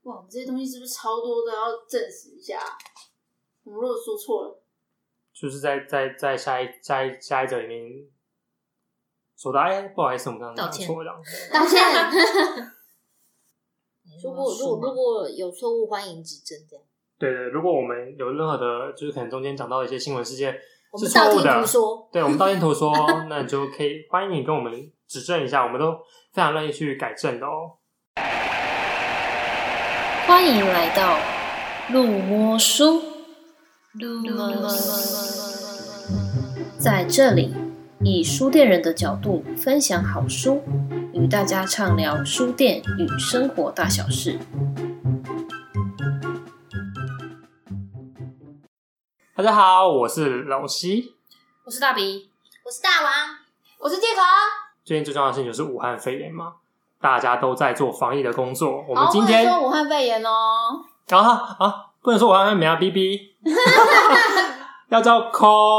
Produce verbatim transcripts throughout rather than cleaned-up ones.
哇，这些东西是不是超多的？要证实一下。我们如果说错了， 就是在在在下一下一下一则里面说到，哎，不好意思，我们刚刚讲错了， 道歉。 如果如果如果有错误，欢迎指正，这样。 对对，如果我们有任何的，就是可能中间讲到的一些新闻事件是错误的，我们道听途说， 对，我们道听途说，那你就可以欢迎你跟我们指正一下，我们都非常乐意去改正的哦。 欢迎来到路摸书，在这里以书店人的角度分享好书，与大家畅聊书店与生活大小事。 大家好，我是老西， 我是大鼻， 我是大王， 我是介口。 最近最重要的事情就是武汉肺炎嘛，大家都在做防疫的工作。我们好， 今天不能说武汉肺炎哦。 啊啊，不能说武汉肺炎啊 ，B B， 要叫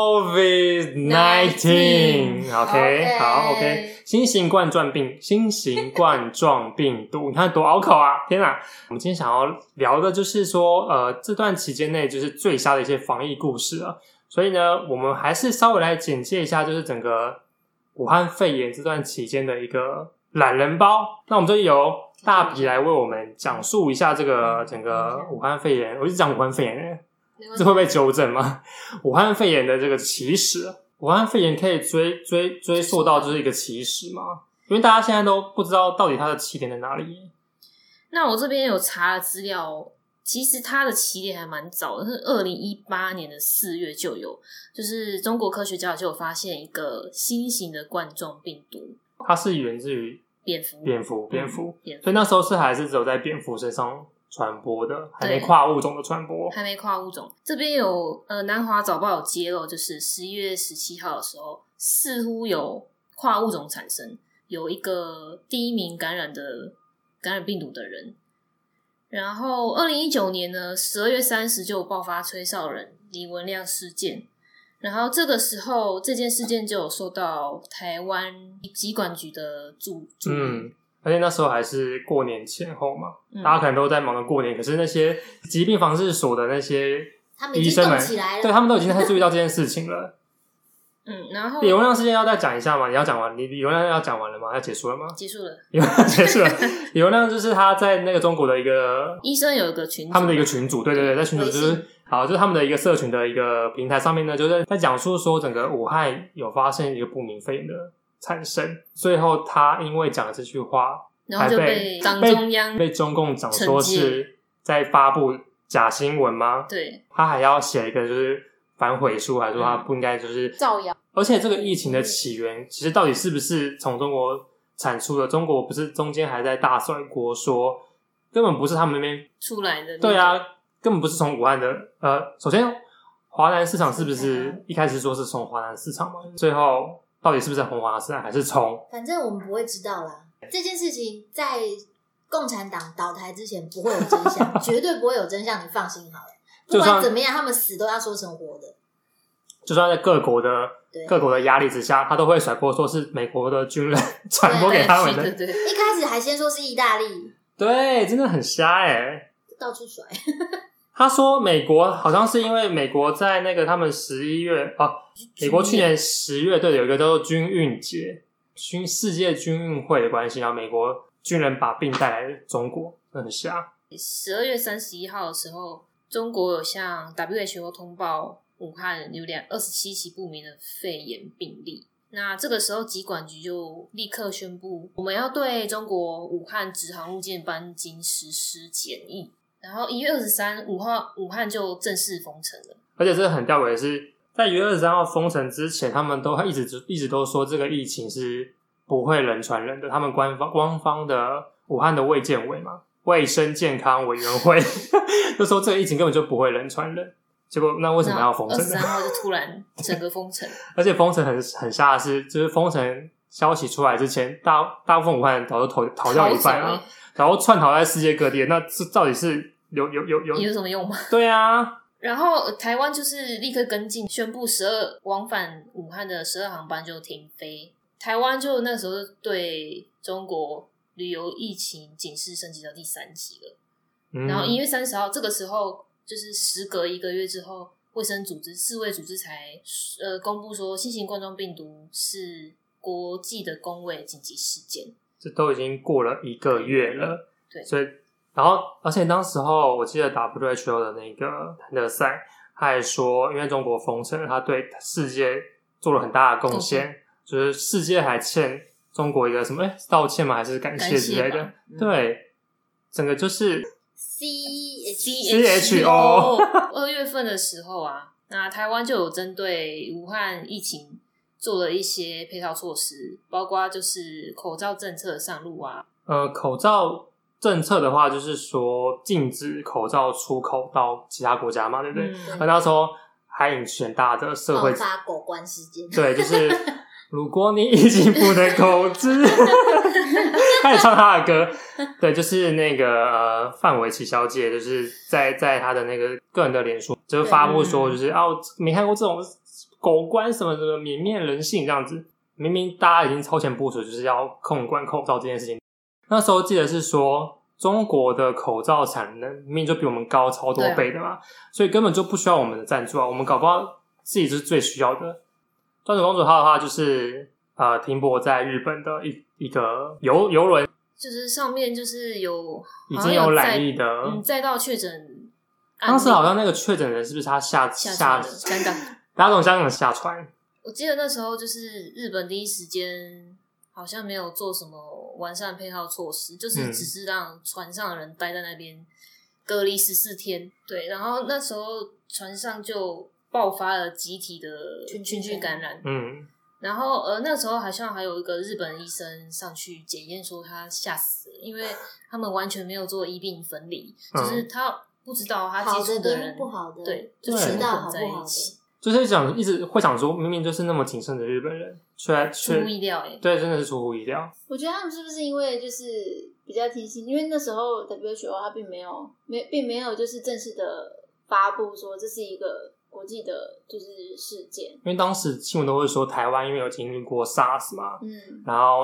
COVID 十九。OK， 好 ，OK， 新型冠状病，新型冠状病毒，你看多拗口啊！天哪，我们今天想要聊的就是说，呃，这段期间内就是最瞎的一些防疫故事了。所以呢，我们还是稍微来简介一下，就是整个武汉肺炎这段期间的一个懒人包。那我们就由大鼻来为我们讲述一下这个整个武汉肺炎，我一直讲武汉肺炎，这会被纠正吗？武汉肺炎的这个起始，武汉肺炎可以追追追溯到就是一个起始吗？因为大家现在都不知道到底它的起点在哪里。 那我这边有查了资料，其实它的起点还蛮早的，是二零一八年的四月就有，就是中国科学家就有发现一个新型的冠状病毒， 它是源自于蝙蝠， 蝙蝠，蝙蝠， 嗯、蝙蝠所以那时候是还是只有在蝙蝠身上传播的，还没跨物种的传播， 还没跨物种。这边有呃，南华早报有揭露，就是十一月十七号的时候，似乎有跨物种产生，有一个第一名感染的感染病毒的人。然后二零一九年呢，十二月三十就爆发吹哨人李文亮事件。然后这个时候，这件事件就有受到台湾疾管局的注注意。 嗯，而且那时候还是过年前后嘛， 嗯、 大家可能都在忙着过年，可是那些疾病防治所的那些医生们， 他们已经动起来了， 对，他们都已经在注意到这件事情了。 嗯，然后李文亮事件要再讲一下吗？你要讲完，你李文亮要讲完了吗？要结束了吗？ 结束了， 李文亮结束了。李文亮就是他在那个中国的一个医生有一个群组， 他们的一个群组，对对对，在群组就是好，就是他们的一个社群的一个平台上面呢，就是在讲述说整个武汉有发生一个不明肺炎的产生，最后他因为讲了这句话， 然后就被党中央被中共讲说是在发布假新闻吗？ 对， 他还要写一个就是反悔书，还说他不应该就是造谣。 而且这个疫情的起源，其实到底是不是从中国产出的？中国不是中间还在大甩锅说，根本不是他们那边出来的。 对啊，根本不是从武汉的。呃，首先华南市场是不是一开始说是从华南市场嘛？最后到底是不是从华南市场，还是从？ 反正我们不会知道啦。这件事情在共产党倒台之前不会有真相，绝对不会有真相，你放心好了。不管怎么样，他们死都要说成活的。 就算在各国的各国的压力之下，他都会甩锅说是美国的军人传播给他们的。 对对对，一开始还先说是意大利， 对，真的很瞎哎、欸， 到处甩。 他说美国好像是因为美国在那个他们十一月啊，美国去年十月对有一个叫做军运节，军世界军运会的关系，然后美国军人把病带来中国，很瞎。 十二月三十一号的时候，中国有向 W H O 通报武汉有两二十七起不明的肺炎病例。那这个时候，疾管局就立刻宣布，我们要对中国武汉直航路线班机实施检疫。然后一月二十三，武汉武汉就正式封城了。 而且这个很吊诡的是，在一月二十三号封城之前，他们都一直一直都说这个疫情是不会人传人的。他们官方官方的武汉的卫健委嘛，卫生健康委员会就说这个疫情根本就不会人传人。结果那为什么要封城呢？ 二十三号就突然整个封城， 而且封城很很吓的是，就是封城消息出来之前，大大部分武汉人早就逃逃掉一半了，然后窜逃在世界各地。那这到底是有有有有有什么用吗？ 对啊。 然后台湾就是立刻跟进，宣布十二往返武汉的十二航班就停飞。台湾就那时候对中国旅游疫情警示升级到第三级了。 嗯、 然后一月三十号这个时候，就是时隔一个月之后，卫生组织、世卫组织才呃公布说，新型冠状病毒是国际的公卫紧急事件。 这都已经过了一个月了， 对， 所以然后而且当时候我记得 W H O 的那个谭德赛，他还说，因为中国封城，他对世界做了很大的贡献，就是世界还欠中国一个什么？哎，道歉吗？还是感谢之类的？ 嗯、 对，整个就是 C C H O。 二月份的时候啊，那台湾就有针对武汉疫情做了一些配套措施，包括就是口罩政策上路啊。 呃，口罩政策的话，就是说禁止口罩出口到其他国家嘛，对不对？那、嗯、那时候还引起很大的社会爆发狗官事件。 对，就是如果你已经不能控制，开始唱他的歌。对，就是那个呃范玮琪小姐，就是在在她的那个个人的脸书，就是发布说，就是啊，我没看过这种狗官什么什么泯灭人性这样子。明明大家已经超前部署，就是要控管口罩这件事情。那时候记得是说，中国的口罩产能明明就比我们高超多倍的嘛，啊、所以根本就不需要我们的赞助啊，我们搞不好自己是最需要的。端水公主号的话，就是呃停泊在日本的一一个游游轮， 就是上面就是有已经有染疫的， 嗯，再到确诊。 当时好像那个确诊人是不是他下下香港？ 大家从香港下船。 我记得那时候就是日本第一时间好像没有做什么完善配套措施，就是只是让船上的人待在那边隔离十四天。对，然后那时候船上就爆发了集体的群聚感染。 嗯， 然后呃那时候好像还有一个日本医生上去检验说他吓死了，因为他们完全没有做医病分离，嗯、就是他不知道他接触的人不好的， 对， 就知道好不好的。 就是想一直会想说，明明就是那么谨慎的日本人，却出乎意料哎、欸， 对，真的是出乎意料。 我觉得他们是不是因为就是比较贴心，因为那时候 W H O 它并没有没并没有就是正式的发布说这是一个国际的就是事件， 因为当时新闻都会说台湾因为有经历过 SARS 嘛， 嗯， 然后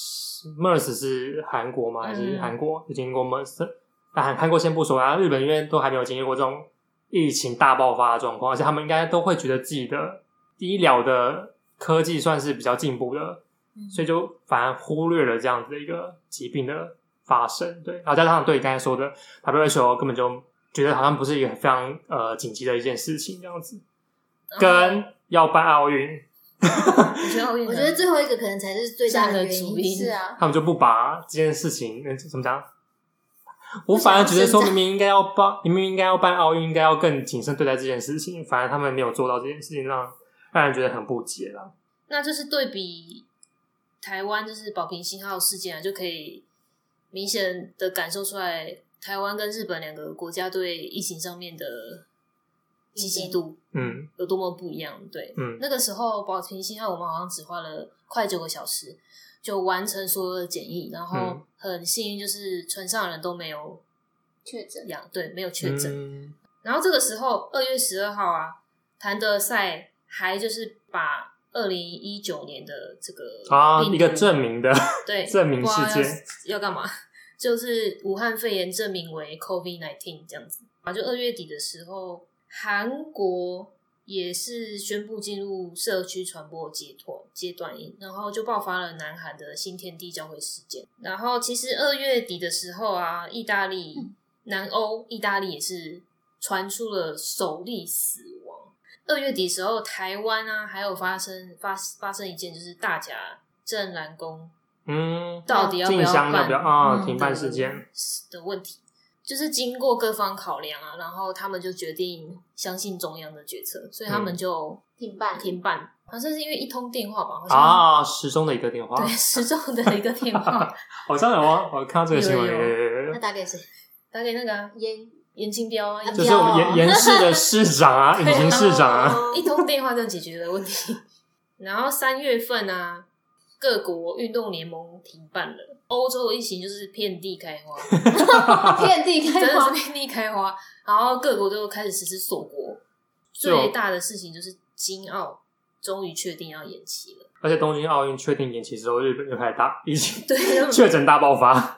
MERS 是韩国吗？还是韩国有经历过 MERS？但韩国先不说，然后日本因为都还没有经历过这种疫情大爆发的状况，而且他们应该都会觉得自己的医疗的科技算是比较进步的，嗯、所以就反而忽略了这样子的一个疾病的发生。对，然后加上对刚才说的 W H O 根本就觉得好像不是一个非常呃紧急的一件事情这样子，跟要办奥运。 我觉得奥运， 我觉得最后一个可能才是最大的原因。 是啊， 他们就不把这件事情怎么讲？我反而觉得说，明明应该要办，明明应该要办奥运，应该要更谨慎对待这件事情。反而他们没有做到这件事情，让让人觉得很不解啦。 那就是对比台湾就是保平信号事件啊，就可以明显的感受出来，台湾跟日本两个国家对疫情上面的积极度， 嗯， 有多么不一样。对， 嗯， 那个时候保平信号，我们好像只花了快九个小时。就完成所有的检疫，然后很幸运，就是船上的人都没有确诊， 对，没有确诊。 嗯、 然后这个时候，二月十二号啊，谭德赛还就是把二零一九年的这个啊一个证明的对证明事件要干嘛？就是武汉肺炎证明为 COVID 十九 这样子啊。就二月底的时候，韩国也是宣布进入社区传播阶段阶段，然后就爆发了南韩的新天地教会事件。然后其实二月底的时候啊，意大利、嗯、南欧意大利也是传出了首例死亡。二月底的时候，台湾啊还有发生发发生一件就是大甲镇澜宫， 嗯， 到底要不要办要不要啊、嗯、停办事件的问题。就是经过各方考量啊，然后他们就决定相信中央的决策，所以他们就停办停办。好像是因为一通电话吧，好像啊，时钟的一个电话， 对，时钟的一个电话， 好像有啊，我看到这个新闻， 他打给谁？ 打给那个严严清标啊， 就是我们严严市的市长啊，隐形市长啊， 一通电话就解决了问题。然后三月份啊，各国运动联盟停办了。欧洲的疫情就是遍地开花， 遍地开花， 真的是遍地开花。然后各国都开始实施锁国，最大的事情就是京奥终于确定要延期了。 而且东京奥运确定延期之后，日本就开始大疫情， 对， 确诊大爆发。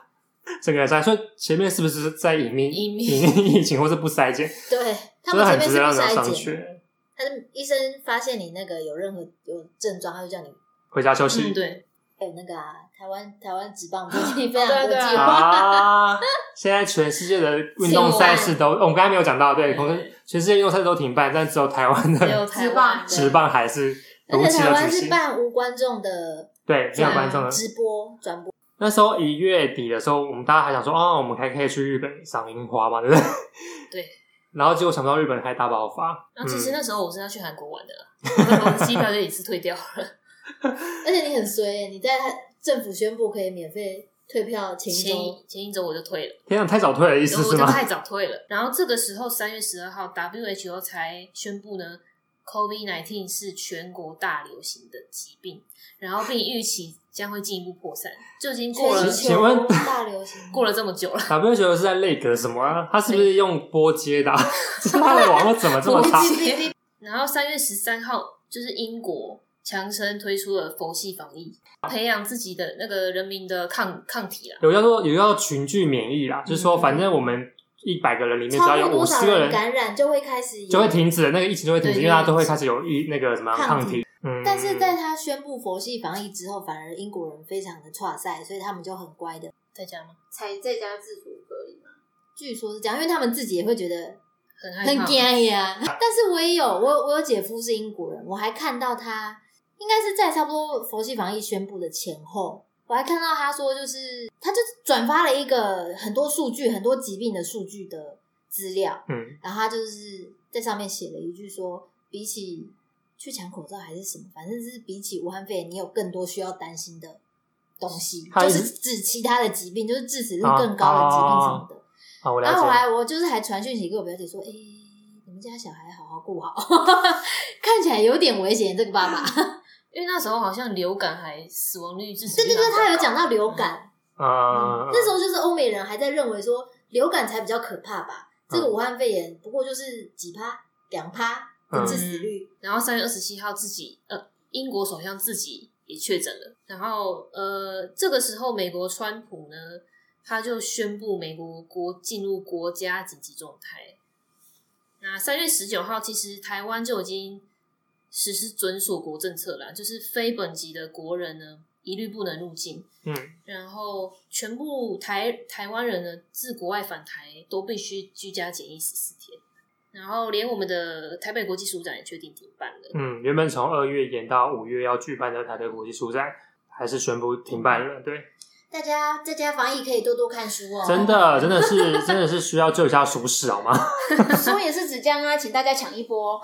整个筛，所以前面是不是在隐秘隐秘疫情或是不筛检？ 对，他们前面是不筛上检， 去。 他的医生发现你那个有任何有症状，他就叫你回家休息。 嗯，对。 还有那个啊，台湾台湾职棒最近非常国际化啊！现在全世界的运动赛事都，我们刚才没有讲到，对，全世界运动赛事都停办，但只有台湾的职棒职棒还是而且台湾是办无观众的， 对，没有观众的直播转播。 那时候一月底的时候，我们大家还想说，哦，我们还可以去日本赏樱花嘛，对不对？ 对。 然后结果想不到日本还大爆发。 然后其实那时候我是要去韩国玩的啦，我的机票就一次退掉了。 而且你很衰耶，你在政府宣布可以免费退票前一周， 前一周我就退了。 天啊，太早退了，意思是吗？ 我就太早退了。然后这个时候三月十二号 W H O 才宣布呢 ，COVID 十九 是全国大流行的疾病，然后并预期将会进一步扩散，就已经过了。 请问大流行过了这么久了 ，W H O 是在内阁什么啊？他是不是用拨接的、啊？他的网络怎么这么差？ 然后三月十三号，就是英国强生推出了佛系防疫，培养自己的那个人民的抗抗体啦。 有叫做有叫做群聚免疫啦，嗯、就是说反正我们一百个人里面只要有五十个人感染，就会开始就会停止了，那个疫情就会停止，因为大家都会开始有一那个什么抗体。嗯， 但是在他宣布佛系防疫之后，反而英国人非常的挫赛，所以他们就很乖的在家吗？ 才在家自主隔离吗？ 据说是这样，因为他们自己也会觉得很害怕很惊呀。但是我也有我我有姐夫是英国人，我还看到他应该是在差不多佛系防疫宣布的前后，我还看到他说，就是他就转发了一个很多数据、很多疾病的数据的资料， 嗯， 然后他就是在上面写了一句说，比起去抢口罩还是什么，反正是比起武汉肺炎，你有更多需要担心的东西，就是指其他的疾病，就是致死率更高的疾病什么的。 啊啊、 然后我还我就是还传讯息给我表姐说，哎、欸，你们家小孩好好顾好，看起来有点危险，这个爸爸。 因为那时候好像流感还死亡率致死率，对对对，他有讲到流感， 嗯，嗯那时候就是欧美人还在认为说流感才比较可怕吧，这个武汉肺炎不过就是几趴两趴的致死率。 嗯、然后三月二十七号自己呃，英国首相自己也确诊了，然后呃，这个时候美国川普呢，他就宣布美国国进入国家紧急状态。那三月十九号，其实台湾就已经实施准锁国政策啦，就是非本籍的国人呢，一律不能入境。 嗯， 然后全部台台湾人呢，自国外返台都必须居家检疫十四天。然后连我们的台北国际书展也确定停办了。 嗯，原本从二月延到五月要举办的台北国际书展，还是宣布停办了。对， 大家在家防疫可以多多看书哦。 真的，真的是，真的是需要救一下书市好吗？ 书也是纸浆啊，请大家抢一波。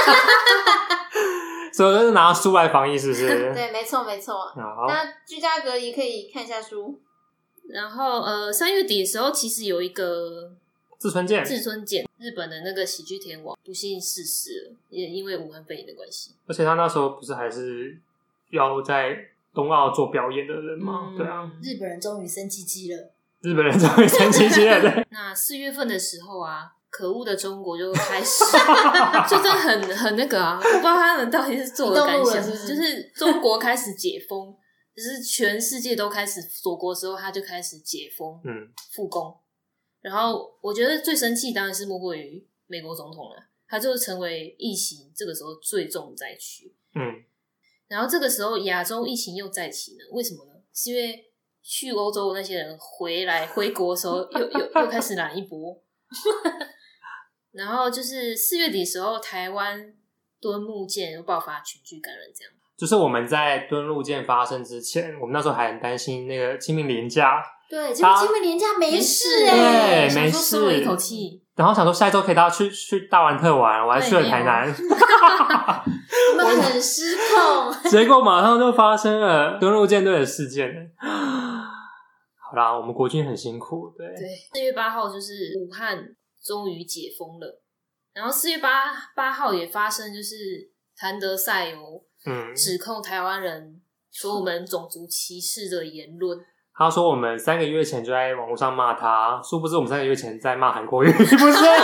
所以就是拿书来防疫，是不是？ 对，没错，没错。那居家隔离可以看一下书。 然后呃，三月底的时候，其实有一个志村健， 志村健，日本的那个喜剧天王不幸逝世了，也因为武汉肺炎的关系。 而且他那时候不是还是要在冬奥做表演的人吗？嗯、对啊， 日本人终于生气气了。 日本人终于生气气了，对。 那四月份的时候啊，可恶的中国就开始，就真的很很那个啊，我不知道他们到底是做的感想， 是是就是中国开始解封，就是全世界都开始锁国之后，他就开始解封， 嗯， 复工。然后我觉得最生气当然是莫过于美国总统了，他就成为疫情这个时候最重灾区。 嗯， 然后这个时候亚洲疫情又再起呢，为什么呢？是因为去欧洲的那些人回来回国的时候又又又开始染一波。然后就是四月底的时候，台湾敦睦舰又爆发群聚感染，这样。 就是我们在敦睦舰发生之前，我们那时候还很担心那个清明连假。 对，结果清明连假没事哎、 欸，对，没事， 松了一口气。 然后想说下一周可以大家去去大玩特玩，我还去了台南。 我们很失控。 结果马上就发生了敦睦舰队的事件。好啦，我们国军很辛苦，对。 对，四月八号就是武汉终于解封了，然后四月八八号也发生，就是谭德赛有嗯指控台湾人说我们种族歧视的言论。 他说我们三个月前就在网络上骂他，殊不知我们三个月前在骂韩国瑜，不是？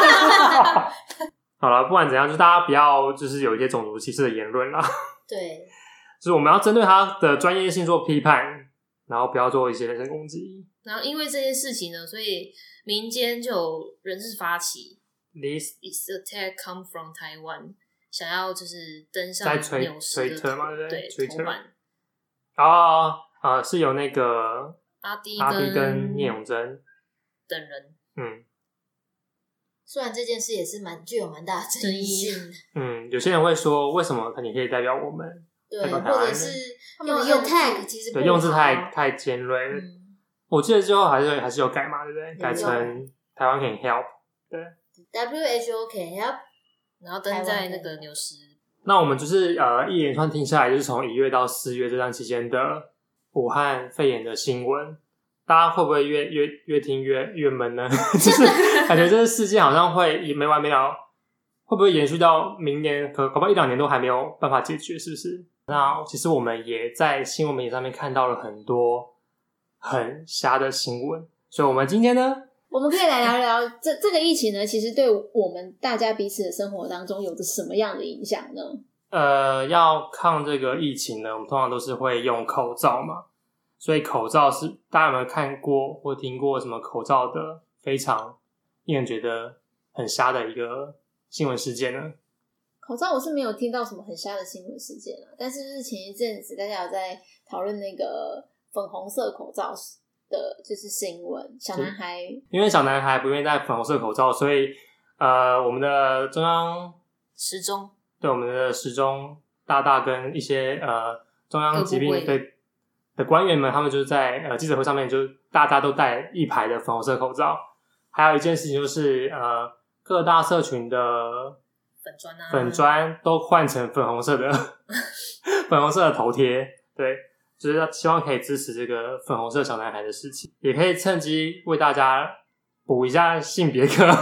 好了，不管怎样，就是大家不要就是有一些种族歧视的言论啦。 对， 就是我们要针对他的专业性做批判，然后不要做一些人身攻击。 然后因为这些事情呢，所以民间就有人士发起 This is attack come from Taiwan， 想要就是登上在推纽斯的推特嘛，对不对对？ 头版。 哦啊，是有那个阿弟阿弟跟跟聂永贞等人， 嗯虽然这件事也是蛮具有蛮大的争议性的， 嗯，有些人会说，为什么你可以代表我们？ 对， 代表台湾人或者是用他们用 attack 其实不对，用字好太太尖锐了。 嗯我记得最后还是还是有改嘛，对不对？ 有改成台湾 can help。对， W H O can help， 然后登在那个纽斯。 那我们就是呃一连串听下来，就是从一月到四月这段期间的武汉肺炎的新闻，大家会不会越越越听越越闷呢？就是感觉这个事件好像会也没完没了，会不会延续到明年？可搞不好一两年都还没有办法解决，是不是？那其实我们也在新闻媒体上面看到了很多很瞎的新闻，所以我们今天呢， 我们可以来聊聊这这个疫情呢，其实对我们大家彼此的生活当中有着什么样的影响呢？ 呃，要抗这个疫情呢，我们通常都是会用口罩嘛，所以口罩是大家有没有看过或听过什么口罩的非常令人觉得很瞎的一个新闻事件呢？ 口罩我是没有听到什么很瞎的新闻事件啊，但是就是前一阵子大家有在讨论那个粉红色口罩的，就是新闻，小男孩因为小男孩不愿意戴粉红色口罩，所以呃，我们的中央时钟对我们的时钟大大跟一些呃中央疾病对的官员们，他们就是在呃记者会上面就大家都戴一排的粉红色口罩。还有一件事情就是呃各大社群的粉砖啊， 粉砖都换成粉红色的粉红色的头贴，对，就是希望可以支持这个粉红色小男孩的事情，也可以趁机为大家补一下性别课。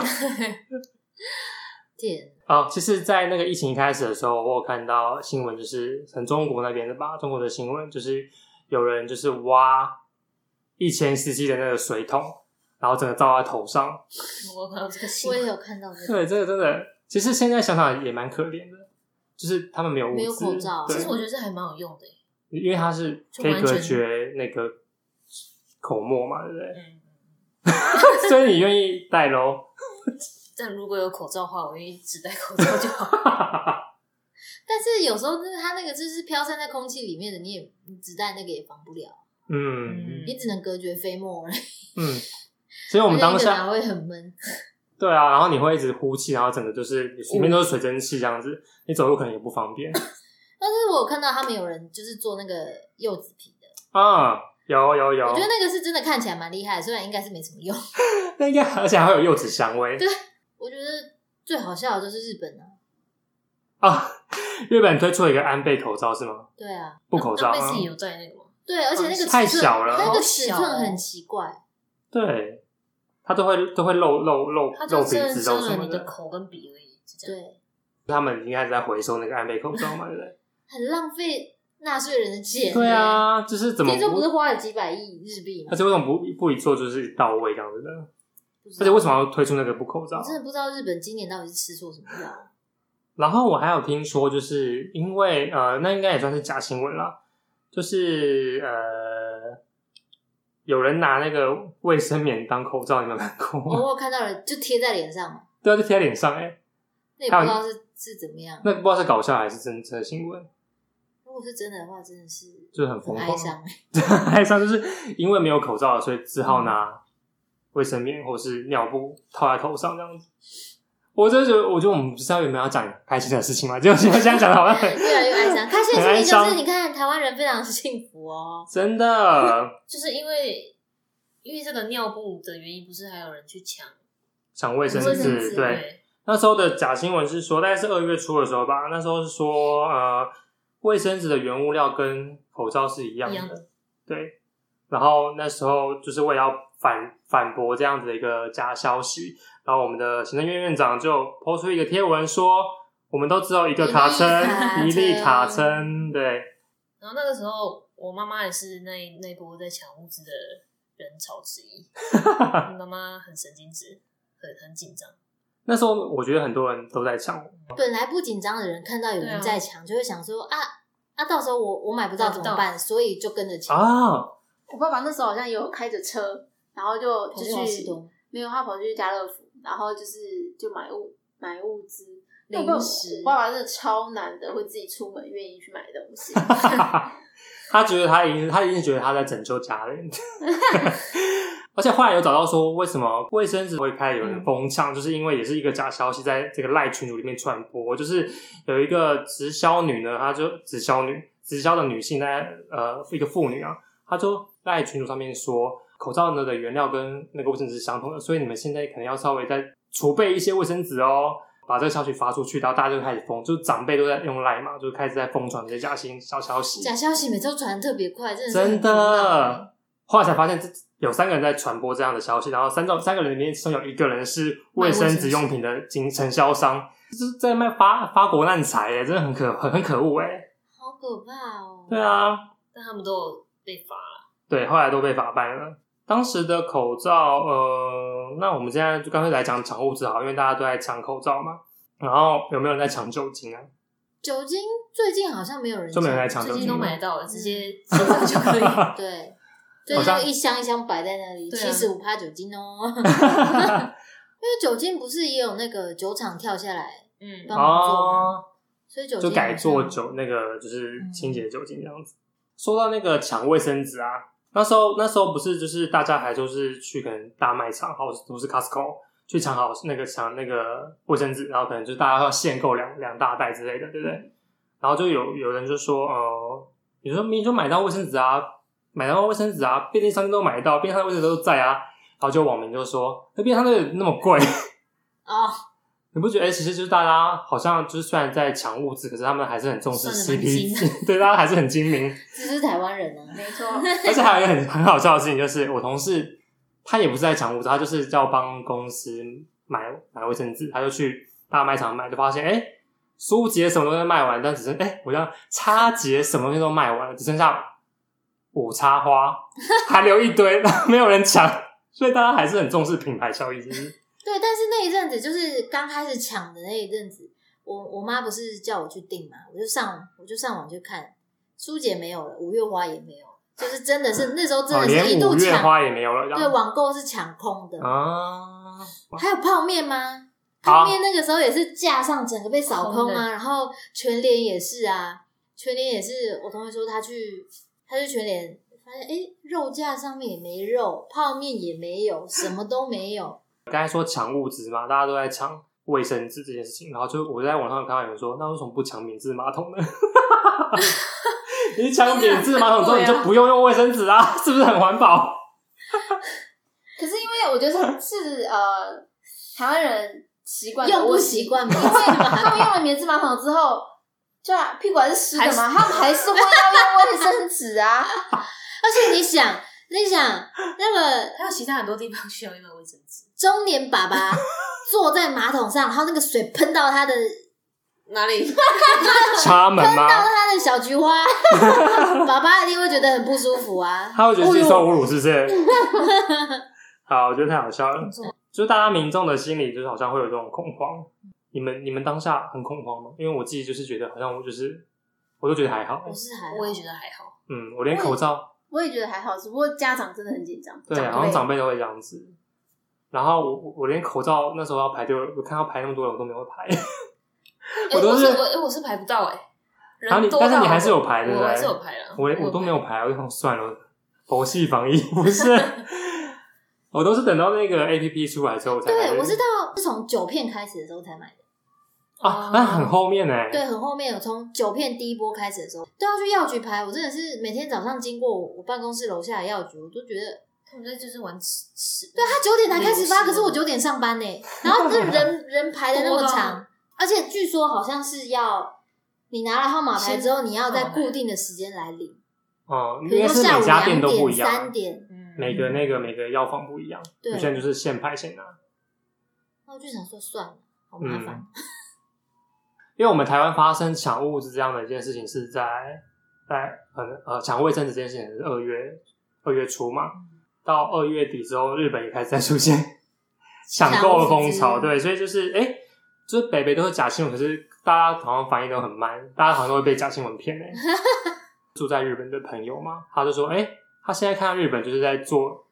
天， 哦，其实在那个疫情一开始的时候，我有看到新闻，就是从中国那边的吧，中国的新闻就是有人就是挖一千 C C 的那个水桶，然后整个罩在头上。 我有看到这个新闻， 我也有看到这个， 对，这个真的，其实现在想想也蛮可怜的，就是他们没有物资， 没有口罩对其实我觉得这还蛮有用的耶。 因为它是可以隔绝那个口沫嘛，对不对？ 嗯， 所以你愿意戴咯？ 但如果有口罩的话，我愿意只戴口罩就好。 但是有时候它那个就是飘散在空气里面的，你也你只戴那个也防不了， 嗯你只能隔绝飞沫而已。 嗯，所以我们当下还会很闷。 对啊，然后你会一直呼气，然后整个就是里面都是水蒸气这样子，你走路可能也不方便。 但是我有看到他们有人就是做那个柚子皮的啊，有有有， 我觉得那个是真的看起来蛮厉害的，虽然应该是没什么用。 那应该而且还会有柚子香味。 对，我觉得最好笑的就是日本啊。 啊，日本推出了一个安倍口罩是吗？ 对啊， 布口罩， 安倍自己有戴那个吗？ 对，而且那个尺寸太小了那个尺好小哦寸很奇怪。 对，它都会都会露露露它就露鼻子， 真的遮露什么了你的口跟鼻而已，是这样。 对， 他们应该是在回收那个安倍口罩嘛，对不对？ 很浪费纳税人的钱。 对，啊，就是怎么听说不是花了几百亿日币吗而？且为什么不不一做就是到位这样子的？ 不知道而且为什么要推出那个布口罩我？真的不知道日本今年到底是吃错什么药。 然后我还有听说，就是因为呃，那应该也算是假新闻啦，就是呃，有人拿那个卫生棉当口罩，你们有看过吗？ 我有看到了，就贴在脸上嘛， 对啊，就贴在脸上哎、欸， 那也不知道是是怎么样。 那不知道是搞笑还是真真的新闻， 如果是真的的话，真的是就是很疯狂， 很哀伤欸。 哀伤，就是因为没有口罩，所以只好拿卫生棉或是尿布套在头上这样子。我真的觉得，我觉得我们不是要原本要讲开心的事情嘛，结果现在这样讲的好像很越来越哀伤。开心的事情就很哀伤是，你看台湾人非常幸福哦。 真的就是因为因为这个尿布的原因，不是还有人去抢抢卫生卫生纸， 纸对。 对， 那时候的假新闻是说，大概是二月初的时候吧。那时候是说，呃，卫生纸的原物料跟口罩是一样的， 一样的对。然后那时候就是为了要反反驳这样子的一个假消息，然后我们的行政院院长就抛出一个贴文说，我们都只有一个卡称，一一粒粒卡卡称称，对。 然后那个时候，我妈妈也是那那波在抢物资的人潮之一。妈妈很神经质，很很紧张。 那时候我觉得很多人都在抢， 本来不紧张的人看到有人在抢，就会想说啊啊，到时候我我买不到怎么办？所以就跟着抢。 啊， 我爸爸那时候好像也有开着车， 然后就就去没有他跑去家乐福，然后就是就买物买物资零食。我爸爸真的超难的，会自己出门愿意去买东西。 他觉得他已经他已经觉得他在拯救家人。而且后来有找到说为什么卫生纸会开始有人疯抢、嗯、就是因为也是一个假消息在这个赖群组里面传播，就是有一个直销女呢，她就直销女直销的女性在呃一个妇女啊，她就赖群组上面说口罩呢的原料跟那个卫生纸是相同的，所以你们现在可能要稍微再储备一些卫生纸哦，把这个消息发出去，然后大家就开始疯，就是长辈都在用赖嘛，就开始在疯传这些假新小消息， 假消息每次都传得特别快，真的是真的。后来才发现有三个人在传播这样的消息，然后三种三个人里面其中有一个人是卫生纸用品的经承销商，就是在卖发发国难财耶，真的很可很很可恶耶， 好可怕哦。 对啊， 但他们都有被罚了。 对，后来都被法办了。当时的口罩，呃，那我们现在就干脆来讲抢物资好，因为大家都在抢口罩嘛。然后有没有人在抢酒精啊？ 酒精最近好像没有人抢， 就没有人在抢酒精， 最近都买得到了，直接结账就可以。 对。所以就一箱一箱摆在那里，七十五趴酒精哦。因为酒精不是也有那个酒厂跳下来，嗯，帮忙做吗？哦、所以酒精就改做酒那个就是清洁酒精这样子。嗯、说到那个抢卫生纸啊，那时候那时候不是就是大家还就是去可能大卖场，或者都是 Costco 去抢好那个抢那个卫生纸，然后可能就是大家要限购两两大袋之类的，对不对？嗯、然后就有有人就说，呃，你说明明就买到卫生纸啊。买到卫生纸啊，便利商店都买得到，便利商店卫生纸都在啊，然后就网民就说，那便利商店那么贵哦， 你不觉得、欸、其实就是大家好像就是虽然在抢物资，可是他们还是很重视 C P 值，对，大家还是很精明。 这是台湾人啊， 没错。 而且还有一个很很好笑的事情，就是我同事他也不是在抢物资，他就是要帮公司买买卫生纸，他就去大卖场买，就发现哎，舒洁什么东西都卖完，但只剩哎，我像叉洁什么东西都卖完了，只剩下五叉花还留一堆，没有人抢，所以大家还是很重视品牌效益，是不是？ 对，但是那一阵子就是刚开始抢的那一阵子，我我妈不是叫我去订嘛，我就上我就上网去看，舒洁没有了，五月花也没有了，就是真的是那时候真的是一度抢， 连五月花也没有了， 对，网购是抢空的啊。 还有泡面吗？泡面那个时候也是架上整个被扫空啊，然后全联也是啊，全联也是，我同学说他去。他去全联发现，哎，肉架上面也没肉，泡面也没有，什么都没有。 刚才说抢物资嘛，大家都在抢卫生纸这件事情，然后就我在网上看到有人说，那为什么不抢免治马桶呢？你抢免治马桶之后，你就不用用卫生纸啊，是不是很环保？ 可是因为我觉得是呃台湾人习惯用不习惯，因为他们用了免治马桶之后。对啊，屁股还是湿的嘛，他们还是会要用卫生纸啊。 而且你想，你想那个还有其他很多地方需要用卫生纸。 中年爸爸坐在马桶上，然后那个水喷到他的哪里？ 插门吗？ 喷到他的小菊花，爸爸一定会觉得很不舒服啊。 他会觉得自己受侮辱，是不是？好，我觉得太好笑了。就是大家民众的心里，就是好像会有这种恐慌。你们你们当下很恐慌吗？因为我自己就是觉得好像我就是我都觉得还好， 我是还好， 我也觉得还好。 嗯，我连口罩我也觉得还好，只不过家长真的很紧张。 对，好像长辈都会这样子。然后我我连口罩那时候要排队，我看到排那么多人，我都没有排。 我都是我我我是排不到哎、欸，人多到但是你还是有排，对不对？ 我还是有排了， 我我都没有排，我就想算了，佛系防疫不是。我都是等到那个 A P P 出来之后才买。 对，我是到是从九片开始的时候才买的。 啊，那很后面哎、欸。 对，很后面有从九片第一波开始的时候，都要去药局排。我真的是每天早上经过我办公室楼下的药局，我都觉得他们在就是玩吃吃。 对，他九点才开始发，可是我九点上班呢、欸，然后这人人排的那么长，而且据说好像是要你拿了号码牌之后，你要在固定的时间来领。 哦、嗯，应该是每家店都不一样， 三点，嗯， 每个那个每个药房不一样，有些人就是现排现拿。 那我就想说算了，好麻烦。嗯， 因为我们台湾发生抢物资这样的一件事情是在在呃抢卫生纸这件事情是二月二月初嘛，到二月底之后，日本也开始在出现抢购的风潮，对，所以就是哎、欸，就是北北都是假新闻，可是大家好像反应都很慢，大家好像都会被假新闻骗哎。住在日本的朋友嘛，他就说，哎、欸，他现在看到日本就是在做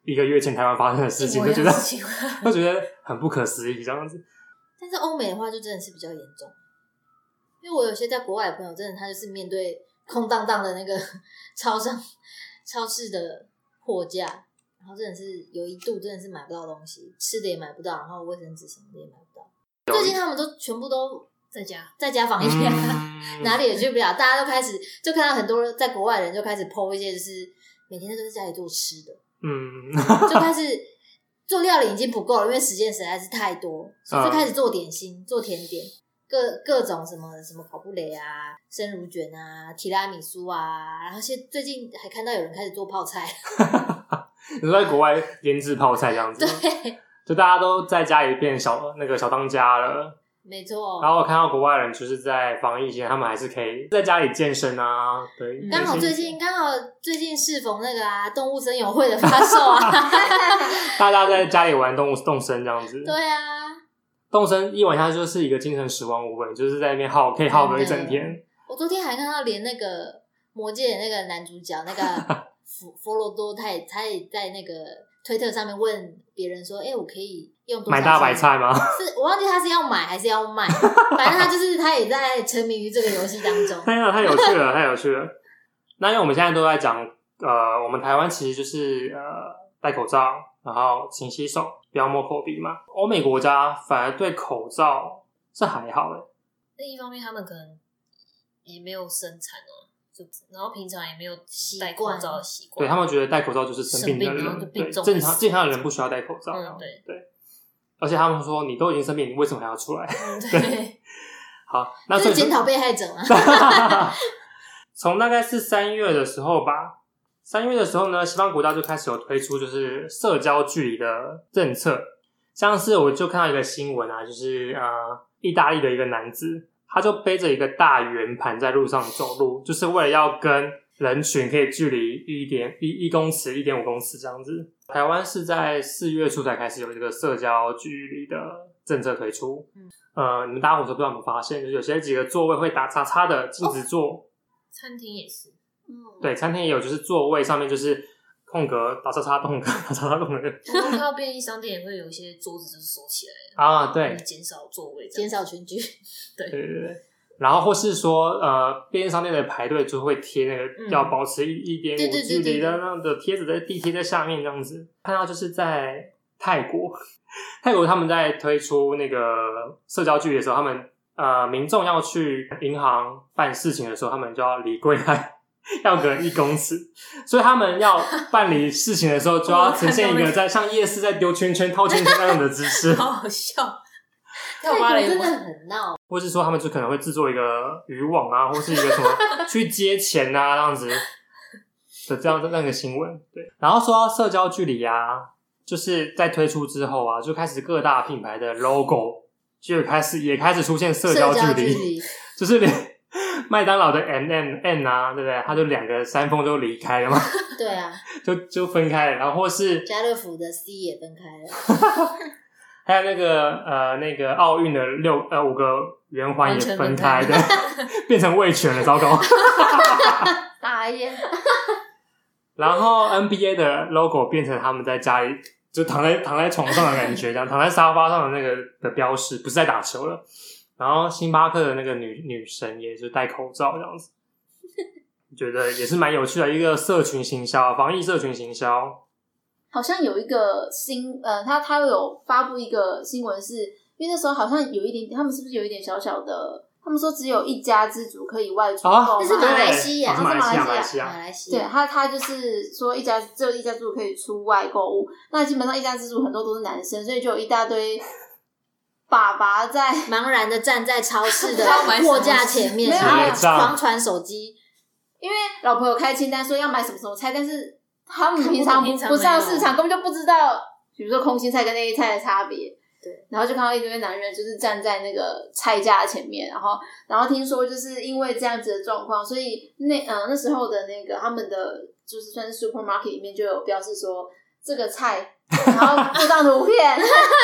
一个月前台湾发生的事情，就觉得就觉得很不可思议这样子。 但是欧美的话就真的是比较严重，因为我有些在国外的朋友，真的他就是面对空荡荡的那个超商超市的货架，然后真的是有一度真的是买不到东西，吃的也买不到，然后卫生纸什么的也买不到。最近他们都全部都在家在家防疫啊，嗯、哪里也去不了，大家都开始就看到很多在国外的人就开始 po 一些就是每天都在家里做吃的， 嗯， 就开始做料理已经不够了，因为时间实在是太多，所以就开始做点心、做甜点，各各种什么什么烤布蕾啊、生乳卷啊、提拉米苏啊，然后现最近还看到有人开始做泡菜。 你说在国外腌制泡菜这样子， 对， 就大家都在家里变小那个小当家了。 没错。 然后我看到国外人就是在防疫期间，他们还是可以在家里健身啊。对， 刚好最近刚好最近适逢那个啊动物森友会的发售啊， 大家在家里玩动物动森这样子。 对啊， 动森一晚下就是一个精神时光屋，就是在那边耗可以耗个一整天。 我昨天还看到连那个魔戒的那个男主角那个佛佛罗多，他也他也在那个推特上面问别人说：“哎、欸，我可以用多少钱买大白菜吗？” 是我忘记他是要买还是要卖，反正他就是他也在沉迷于这个游戏当中。 太太有趣了，太有趣了。那因为我们现在都在讲，呃，我们台湾其实就是呃戴口罩，然后勤洗手，不要摸口鼻嘛。欧美国家反而对口罩是还好的。 另一方面，他们可能也没有生产哦。然后平常也没有戴口罩的习惯， 对他们觉得戴口罩就是生病的人，对正常健康的人不需要戴口罩。 嗯，对对，而且他们说你都已经生病，你为什么还要出来？ 嗯、 对, 对，好，那就是检讨被害者嘛。 从大概是三月的时候吧，三月的时候呢，西方国家就开始有推出就是社交距离的政策，像是我就看到一个新闻啊，就是呃，意大利的一个男子。他就背着一个大圆盘在路上走路，就是为了要跟人群可以距离一点一一公尺、一点五公尺这样子。台湾是在四月初才开始有这个社交距离的政策推出。嗯，呃，你们搭火车不知道有没有发现，就是有些几个座位会打叉叉的禁止坐。哦、 餐厅也是。 嗯， 对，餐厅也有，就是座位上面就是空格打叉叉空格打叉叉空格。 我们看到便利商店也会有一些桌子就是收起来的啊，对， 减少座位， 减少群聚。 对对对对，然后或是说呃，便利商店的排队就会贴那个、嗯、要保持一一点五距离的那样的贴纸在地贴在下面这样子。看到就是在泰国，泰国他们在推出那个社交距离的时候，他们呃民众要去银行办事情的时候，他们就要离柜台要隔一公尺，所以他们要办理事情的时候，就要呈现一个在像夜市在丢圈圈、套圈圈那样的姿势， 好好笑。 泰国真的很闹， 或是说他们就可能会制作一个渔网啊，或是一个什么去接钱啊这样子的这样的那个新闻。对，然后说到社交距离啊，就是在推出之后啊，就开始各大品牌的 logo 就开始也开始出现社交距离， 距离就是连麦当劳的 M M N 啊，对不对？它就两个山峰就离开了嘛。 对啊， 就就分开了，然后或是家乐福的 C 也分开了。 还有那个呃那个奥运的六呃五个圆环也分开的，变成味全了，糟糕！ 打烟。 然后 N B A 的 logo 变成他们在家里就躺在躺在床上的感觉，这样躺在沙发上的那个的标识，不是在打球了。然后星巴克的那个女女神也是戴口罩这样子，觉得也是蛮有趣的一个社群行销，防疫社群行销。 好像有一个新呃，他他有发布一个新闻是，因为那时候好像有一点，他们是不是有一点小小的？他们说只有一家之主可以外出购买， 那是马来西亚， 是马来西亚， 马来西亚。 对，他他就是说一家只有一家之主可以出外购物，那基本上一家之主很多都是男生，所以就有一大堆爸爸在茫然的站在超市的货架前面，然后狂传手机， 因为老婆有开清单说要买什么什么菜，但是他们平常不上市场，根本就不知道，比如说空心菜跟内衣菜的差别。 对， 然后就看到一堆男人就是站在那个菜架前面，然后然后听说就是因为这样子的状况，所以那呃那时候的那个他们的就是算是 supermarket 里面就有标示说这个菜，然后附上图片。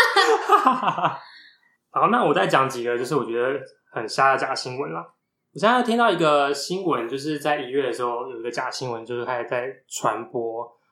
好，那我再讲几个就是我觉得很瞎的假新闻啦。我现在听到一个新闻，就是在一月的时候有一个假新闻，就是开始在传播，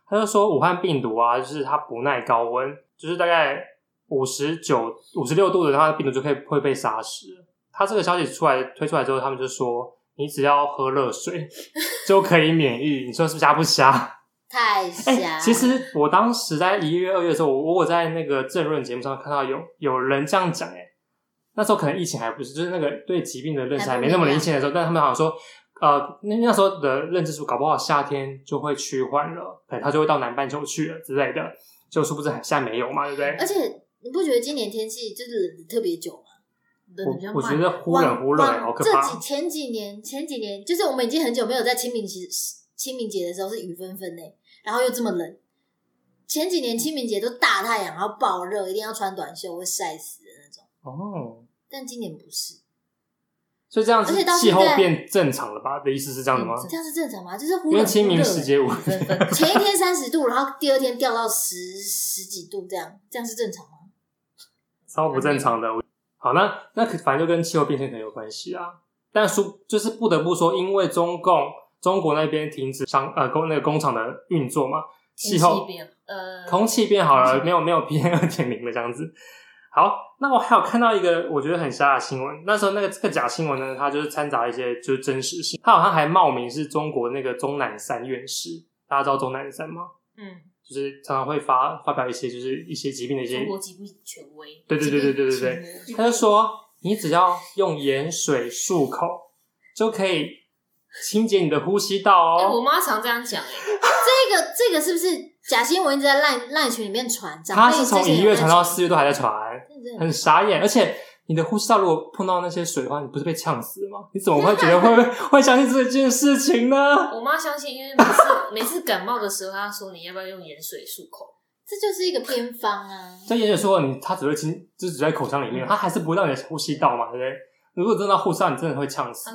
他就说武汉病毒啊，就是它不耐高温，就是大概五十九、五十六度的，它的病毒就可以会被杀死。他这个消息出来推出来之后，他们就说你只要喝热水就可以免疫，你说是不是瞎不瞎？ 太瞎、 欸！其实我当时在一月、二月的时候，我我在那个政论节目上看到有有人这样讲，哎，那时候可能疫情还不是，就是那个对疾病的认识还没那么明显的时候，但他们好像说，呃，那那时候的认知数搞不好夏天就会趋缓了，可能它就会到南半球去了之类的，就殊不知现在没有嘛，对不对？ 而且你不觉得今年天气就是冷的特别久吗？冷的比较慢， 我觉得忽冷忽热，好可怕。 这几前几年前几年，就是我们已经很久没有在清明节清明节的时候是雨纷纷呢，然后又这么冷。前几年清明节都大太阳，然后爆热，一定要穿短袖会晒死的那种。 哦， 但今年不是， 所以这样子气候变正常了吧？的意思是这样的吗？ 这样是正常吗？就是忽冷忽热， 因为清明时节雨纷纷， 前一天三十度，然后第二天掉到十十几度，这样这样是正常吗？ 超不正常的。好，那那反正就跟气候变迁很有关系啊。但说就是不得不说，因为中共中国那边停止商呃工那个工厂的运作嘛，气候变呃空气变好了，没有没有 P M 二点零 了这样子。好，那我还有看到一个我觉得很瞎的新闻，那时候那个这个假新闻呢，它就是掺杂一些就是真实性，它好像还冒名是中国那个钟南山院士，大家知道钟南山吗？ 嗯， 就是常常会发发表一些就是一些疾病的一些中国疾病权威， 对对对对对对对，他就说你只要用盐水漱口就可以清洁你的呼吸道哦。 欸、我妈常这样讲哎、欸， 这个这个是不是假新闻一直在赖赖群里面传？ 他是从一月传到四月都还在传，很傻眼。而且你的呼吸道如果碰到那些水的话，你不是被呛死吗？你怎么会觉得会会相信这件事情呢？ 我妈相信，因为每次每次感冒的时候，她说你要不要用盐水漱口， 这就是一个偏方啊。 这盐水漱口，你它只会清，就只在口腔里面，它还是不会到你的呼吸道嘛，对不对？如果真的到呼吸道，你真的会呛死。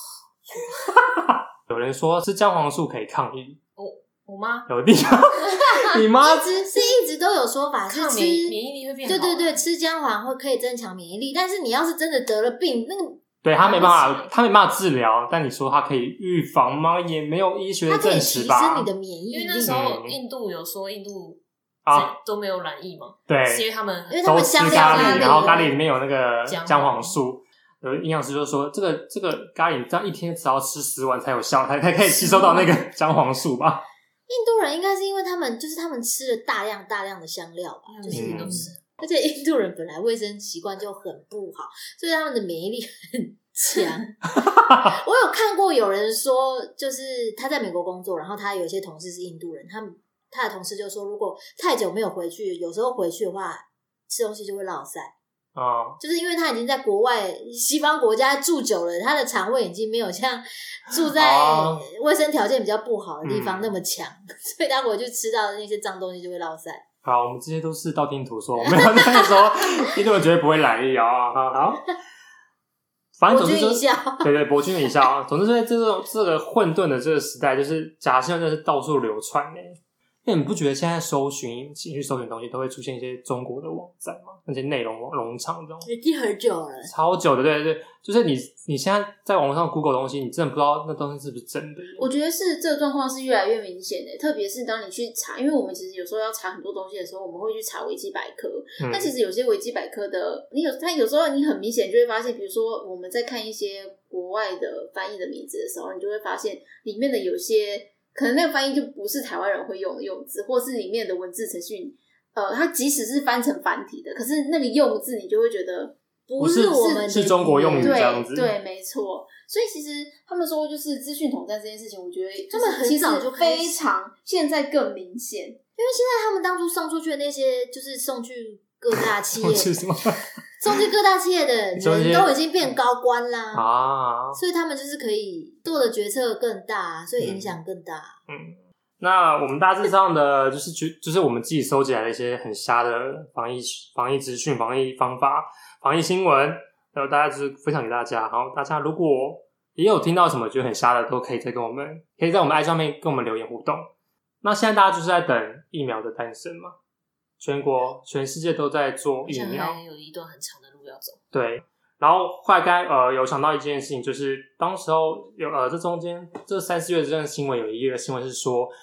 有人说是姜黄素可以抗疫， 我我妈有地方，你妈一直是一直都有说法是吃免免疫力会变好， 对对对，吃姜黄会可以增强免疫力，但是你要是真的得了病，那个对他没办法，他没办法治疗，但你说他可以预防吗？也没有医学的证实吧。 它可以提升你的免疫力， 因为那时候印度有说印度啊都没有染疫嘛， 对， 是因为他们因为他们香料咖喱， 然后咖喱里面有那个姜姜黄素。有营养师就说，这个这个咖喱这样一天只要吃十碗才有效，才才可以吸收到那个姜黄素吧。 印度人应该是因为他们就是他们吃了大量大量的香料吧， 嗯、 就是都是。 而且印度人本来卫生习惯就很不好，所以他们的免疫力很强。我有看过有人说，就是他在美国工作，然后他有一些同事是印度人，他们他的同事就说，如果太久没有回去，有时候回去的话，吃东西就会落腮。 哦， 就是因为他已经在国外西方国家住久了，他的肠胃已经没有像住在卫生条件比较不好的地方那么强，嗯、所以他回去吃到的那些脏东西就会落腮。 好，我们这些都是道听途说，我没有在说印度人绝对不会染疫啊。好，好，反正总之就是对对，博君一笑。总之在这种这个混沌的这个时代，就是假新闻真的是到处流传诶。那你不觉得现在搜寻引擎去搜寻东西都会出现一些中国的网站吗？那些内容农场这种已经很久了， 超久的，对对对，就是你你现在在网络上 Google 东西，你真的不知道那东西是不是真的。 我觉得是这个状况是越来越明显的，特别是当你去查，因为我们其实有时候要查很多东西的时候，我们会去查维基百科。那、嗯、其实有些维基百科的，你有它有时候你很明显就会发现，比如说我们在看一些国外的翻译的名字的时候，你就会发现里面的有些。可能那个翻译就不是台湾人会用的用字，或是里面的文字程序，呃，它即使是翻成繁体的，可是那个用字你就会觉得不是我们的是中国用语这样子。 对对，没错。所以其实他们说，就是资讯统战这件事情，我觉得他们很早就非常，现在更明显，因为现在他们当初送出去的那些，就是送去各大企业。 送去什么？ 送去各大企业的人都已经变高官啦啊， 所以他们就是可以做的决策更大，所以影响更大。 嗯，嗯那我们大致上的就是就是我们自己收集来的一些很瞎的防疫防疫资讯、防疫方法、防疫新闻，然后大家就是分享给大家。好，大家如果也有听到什么觉得很瞎的，都可以再跟我们可以在我们 I G 上面跟我们留言互动。那现在大家就是在等疫苗的诞生嘛。全国、全世界都在做疫苗， 还有一段很长的路要走。 对，然后后来刚呃有想到一件事情，就是当时候有呃这中间这三四月这段新闻有一个新闻是说，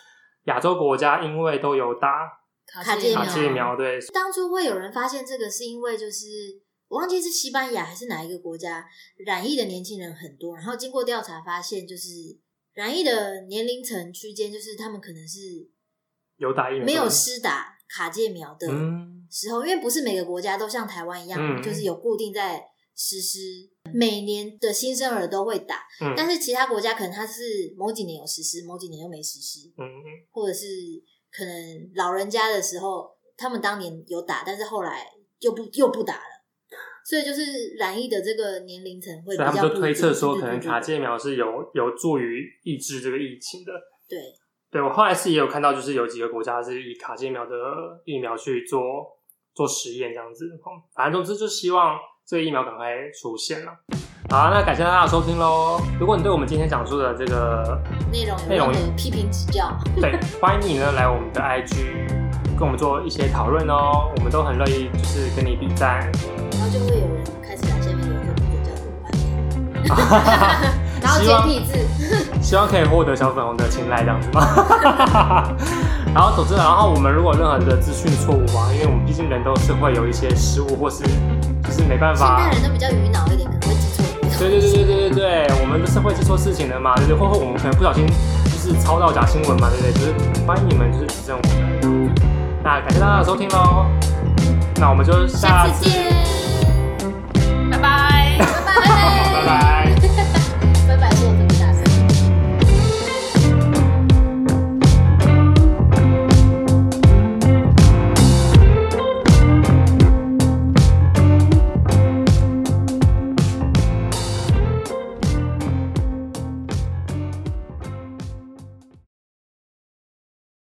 亚洲国家因为都有打卡介苗， 卡介苗，对。 当初会有人发现这个，是因为就是我忘记是西班牙还是哪一个国家染疫的年轻人很多，然后经过调查发现，就是染疫的年龄层区间，就是他们可能是有打疫苗没有施打卡介苗的时候， 嗯、 因为不是每个国家都像台湾一样， 嗯、 就是有固定在实施每年的新生儿都会打， 嗯、 但是其他国家可能它是某几年有实施，某几年又没实施， 嗯、 或者是可能老人家的时候他们当年有打，但是后来又不又不打了，所以就是染疫的这个年龄层会比较不一定。 所以他们就推测说，可能卡介苗是有有助于抑制这个疫情的。 对， 对我后来是也有看到，就是有几个国家是以卡介苗的疫苗去做做实验这样子。反正总之就希望这个疫苗赶快出现了。好，那感谢大家的收听咯。如果你对我们今天讲述的这个内容有任何批评指教， 对，欢迎你呢来我们的 I G 跟我们做一些讨论哦，我们都很乐意就是跟你比赞。 然后就会有人开始来下面留言说不准叫怎么办？ 然后简体字， 希望可以获得小粉红的青睐这样子吗？然后总之，然后我们如果有任何的资讯错误啊，因为我们毕竟人都是会有一些失误，或是就是没办法。 现代人都比较愚脑一点，可能会记错。 对对对对对对对，我们都是会记错事情的嘛，对不对？或或我们可能不小心就是抄到假新闻嘛，对不对？就是欢迎你们就是指正我们。那感谢大家的收听喽，那我们就下次下次见。